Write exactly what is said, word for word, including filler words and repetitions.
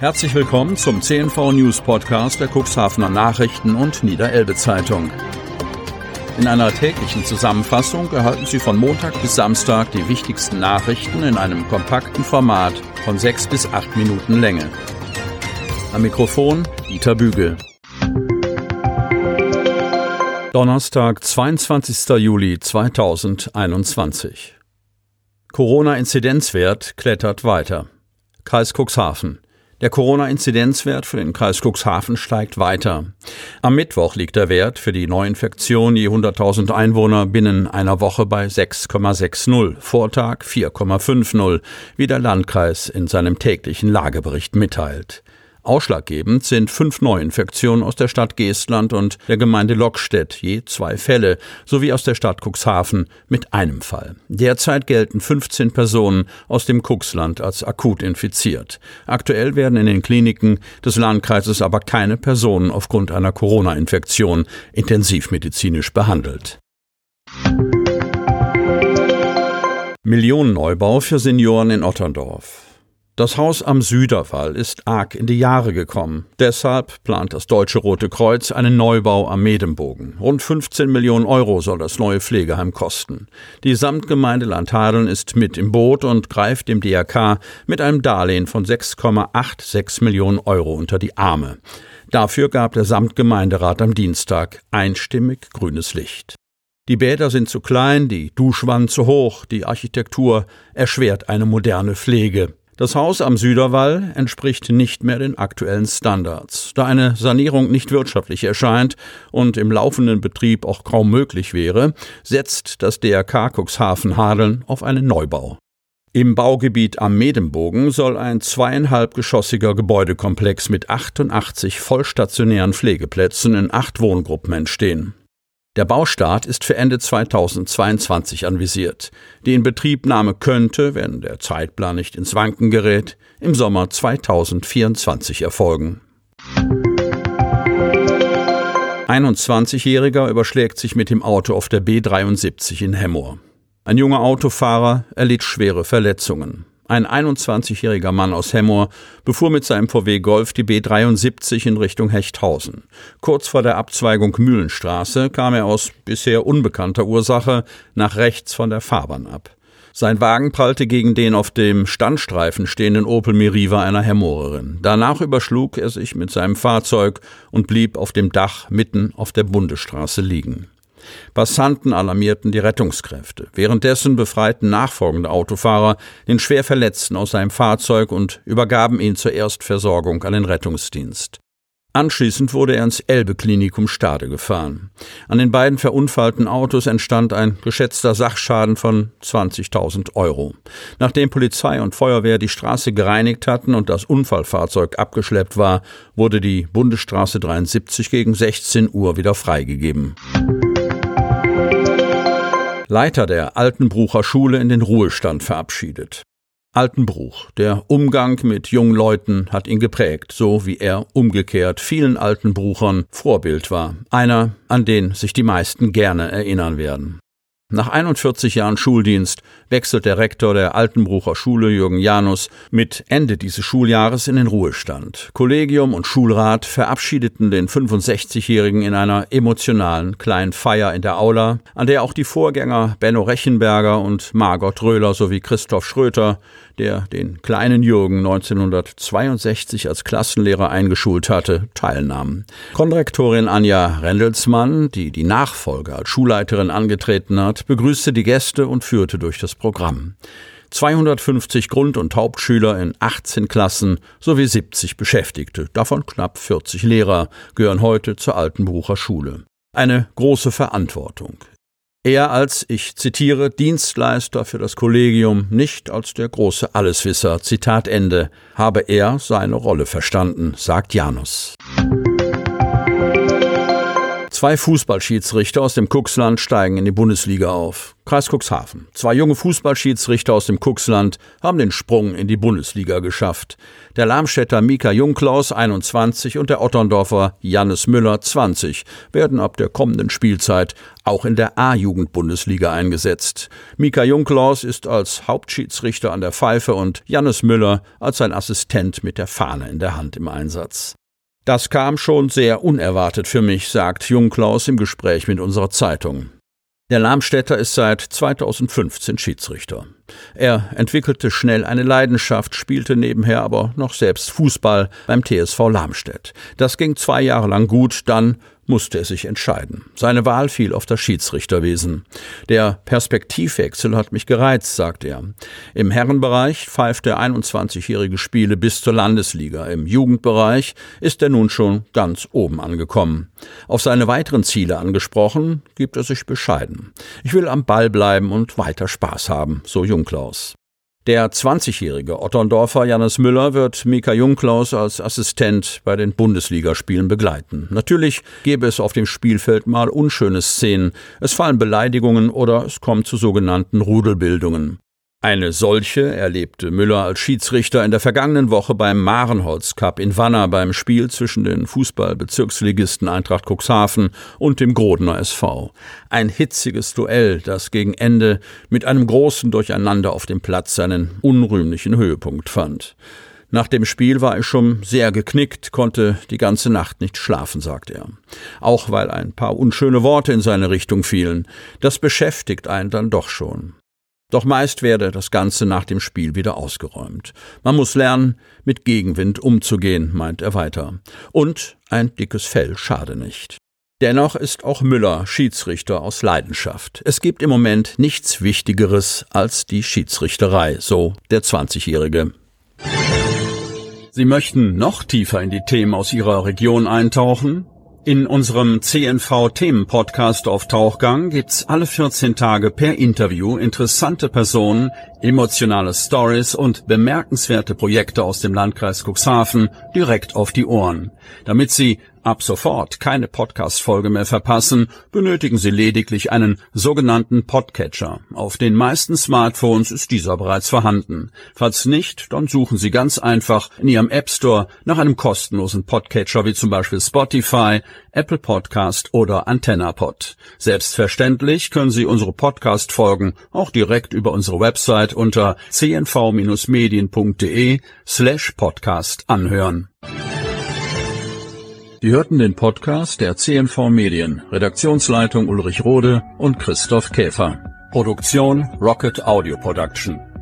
Herzlich willkommen zum C N V News Podcast der Cuxhavener Nachrichten und Niederelbe Zeitung. In einer täglichen Zusammenfassung erhalten Sie von Montag bis Samstag die wichtigsten Nachrichten in einem kompakten Format von sechs bis acht Minuten Länge. Am Mikrofon Dieter Bügel. Donnerstag, zweiundzwanzigster Juli zweitausendeinundzwanzig. Corona-Inzidenzwert klettert weiter. Kreis Cuxhaven. Der Corona-Inzidenzwert für den Kreis Cuxhaven steigt weiter. Am Mittwoch liegt der Wert für die Neuinfektion je hunderttausend Einwohner binnen einer Woche bei sechs Komma sechzig, Vortag vier Komma fünfzig, wie der Landkreis in seinem täglichen Lagebericht mitteilt. Ausschlaggebend sind fünf Neuinfektionen aus der Stadt Geestland und der Gemeinde Lockstedt, je zwei Fälle, sowie aus der Stadt Cuxhaven mit einem Fall. Derzeit gelten fünfzehn Personen aus dem Cuxland als akut infiziert. Aktuell werden in den Kliniken des Landkreises aber keine Personen aufgrund einer Corona-Infektion intensivmedizinisch behandelt. Millionenneubau für Senioren in Otterndorf. Das Haus am Süderwall ist arg in die Jahre gekommen. Deshalb plant das Deutsche Rote Kreuz einen Neubau am Medembogen. Rund fünfzehn Millionen Euro soll das neue Pflegeheim kosten. Die Samtgemeinde Landhadeln ist mit im Boot und greift dem D R K mit einem Darlehen von sechs Komma sechsundachtzig Millionen Euro unter die Arme. Dafür gab der Samtgemeinderat am Dienstag einstimmig grünes Licht. Die Bäder sind zu klein, die Duschwannen zu hoch, die Architektur erschwert eine moderne Pflege. Das Haus am Süderwall entspricht nicht mehr den aktuellen Standards. Da eine Sanierung nicht wirtschaftlich erscheint und im laufenden Betrieb auch kaum möglich wäre, setzt das D R K Cuxhaven-Hadeln auf einen Neubau. Im Baugebiet am Medembogen soll ein zweieinhalbgeschossiger Gebäudekomplex mit achtundachtzig vollstationären Pflegeplätzen in acht Wohngruppen entstehen. Der Baustart ist für Ende zweitausendzweiundzwanzig anvisiert. Die Inbetriebnahme könnte, wenn der Zeitplan nicht ins Wanken gerät, im Sommer zweitausendvierundzwanzig erfolgen. einundzwanzigjähriger überschlägt sich mit dem Auto auf der B dreiundsiebzig in Hemmoor. Ein junger Autofahrer erlitt schwere Verletzungen. Ein einundzwanzigjähriger Mann aus Hemmoor befuhr mit seinem V W Golf die B dreiundsiebzig in Richtung Hechthausen. Kurz vor der Abzweigung Mühlenstraße kam er aus bisher unbekannter Ursache nach rechts von der Fahrbahn ab. Sein Wagen prallte gegen den auf dem Standstreifen stehenden Opel Meriva einer Hemmoorerin. Danach überschlug er sich mit seinem Fahrzeug und blieb auf dem Dach mitten auf der Bundesstraße liegen. Passanten alarmierten die Rettungskräfte. Währenddessen befreiten nachfolgende Autofahrer den Schwerverletzten aus seinem Fahrzeug und übergaben ihn zur Erstversorgung an den Rettungsdienst. Anschließend wurde er ins Elbe-Klinikum Stade gefahren. An den beiden verunfallten Autos entstand ein geschätzter Sachschaden von zwanzigtausend Euro. Nachdem Polizei und Feuerwehr die Straße gereinigt hatten und das Unfallfahrzeug abgeschleppt war, wurde die Bundesstraße dreiundsiebzig gegen sechzehn Uhr wieder freigegeben. Leiter der Altenbrucher Schule in den Ruhestand verabschiedet. Altenbruch, der Umgang mit jungen Leuten hat ihn geprägt, so wie er umgekehrt vielen Altenbruchern Vorbild war. Einer, an den sich die meisten gerne erinnern werden. Nach einundvierzig Jahren Schuldienst wechselt der Rektor der Altenbrucher Schule, Jürgen Janus, mit Ende dieses Schuljahres in den Ruhestand. Kollegium und Schulrat verabschiedeten den fünfundsechzigjährigen in einer emotionalen kleinen Feier in der Aula, an der auch die Vorgänger Benno Rechenberger und Margot Röhler sowie Christoph Schröter, der den kleinen Jürgen neunzehnhundertzweiundsechzig als Klassenlehrer eingeschult hatte, teilnahmen. Konrektorin Anja Rendelsmann, die die Nachfolge als Schulleiterin angetreten hat, begrüßte die Gäste und führte durch das Programm. zweihundertfünfzig Grund- und Hauptschüler in achtzehn Klassen sowie siebzig Beschäftigte, davon knapp vierzig Lehrer, gehören heute zur Altenbrucher Schule. Eine große Verantwortung. Er als, ich zitiere, Dienstleister für das Kollegium, nicht als der große Alleswisser, Zitat Ende, habe er seine Rolle verstanden, sagt Janus. Zwei Fußballschiedsrichter aus dem Cuxland steigen in die Bundesliga auf. Kreis Cuxhaven. Zwei junge Fußballschiedsrichter aus dem Cuxland haben den Sprung in die Bundesliga geschafft. Der Lamstädter Mika Jungklaus, einundzwanzig, und der Otterndorfer Jannis Müller, zwanzig, werden ab der kommenden Spielzeit auch in der A-Jugend-Bundesliga eingesetzt. Mika Jungklaus ist als Hauptschiedsrichter an der Pfeife und Jannis Müller als sein Assistent mit der Fahne in der Hand im Einsatz. Das kam schon sehr unerwartet für mich, sagt Jungklaus im Gespräch mit unserer Zeitung. Der Lamstädter ist seit zweitausendfünfzehn Schiedsrichter. Er entwickelte schnell eine Leidenschaft, spielte nebenher aber noch selbst Fußball beim T S V Lamstedt. Das ging zwei Jahre lang gut, dann musste er sich entscheiden. Seine Wahl fiel auf das Schiedsrichterwesen. Der Perspektivwechsel hat mich gereizt, sagt er. Im Herrenbereich pfeift der einundzwanzigjährige Spiele bis zur Landesliga. Im Jugendbereich ist er nun schon ganz oben angekommen. Auf seine weiteren Ziele angesprochen, gibt er sich bescheiden. Ich will am Ball bleiben und weiter Spaß haben, so Jungklaus. Der zwanzigjährige Otterndorfer Jannis Müller wird Mika Jungklaus als Assistent bei den Bundesligaspielen begleiten. Natürlich gäbe es auf dem Spielfeld mal unschöne Szenen, es fallen Beleidigungen oder es kommt zu sogenannten Rudelbildungen. Eine solche erlebte Müller als Schiedsrichter in der vergangenen Woche beim Marenholz Cup in Wanner beim Spiel zwischen den Fußball-Bezirksligisten Eintracht Cuxhaven und dem Grodner S V. Ein hitziges Duell, das gegen Ende mit einem großen Durcheinander auf dem Platz seinen unrühmlichen Höhepunkt fand. Nach dem Spiel war ich schon sehr geknickt, konnte die ganze Nacht nicht schlafen, sagt er. Auch weil ein paar unschöne Worte in seine Richtung fielen. Das beschäftigt einen dann doch schon. Doch meist werde das Ganze nach dem Spiel wieder ausgeräumt. Man muss lernen, mit Gegenwind umzugehen, meint er weiter. Und ein dickes Fell schade nicht. Dennoch ist auch Müller Schiedsrichter aus Leidenschaft. Es gibt im Moment nichts Wichtigeres als die Schiedsrichterei, so der zwanzigjährige. Sie möchten noch tiefer in die Themen aus Ihrer Region eintauchen? In unserem C N V-Themen-Podcast auf Tauchgang gibt's alle vierzehn Tage per Interview interessante Personen, emotionale Stories und bemerkenswerte Projekte aus dem Landkreis Cuxhaven direkt auf die Ohren. Damit Sie ab sofort keine Podcast-Folge mehr verpassen, benötigen Sie lediglich einen sogenannten Podcatcher. Auf den meisten Smartphones ist dieser bereits vorhanden. Falls nicht, dann suchen Sie ganz einfach in Ihrem App Store nach einem kostenlosen Podcatcher wie zum Beispiel Spotify, Apple Podcast oder AntennaPod. Selbstverständlich können Sie unsere Podcast-Folgen auch direkt über unsere Website unter c n v Bindestrich medien punkt d e slash podcast anhören. Sie hörten den Podcast der C N V Medien, Redaktionsleitung Ulrich Rode und Christoph Käfer. Produktion Rocket Audio Production.